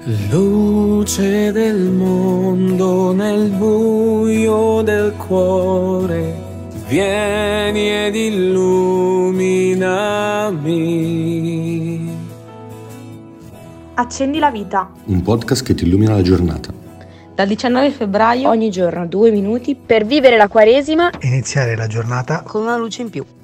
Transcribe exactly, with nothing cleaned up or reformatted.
Luce del mondo nel buio del cuore, vieni ed illuminami. Accendi la vita. Un podcast che ti illumina la giornata. Dal diciannove febbraio ogni giorno due minuti per vivere la Quaresima e iniziare la giornata con una luce in più.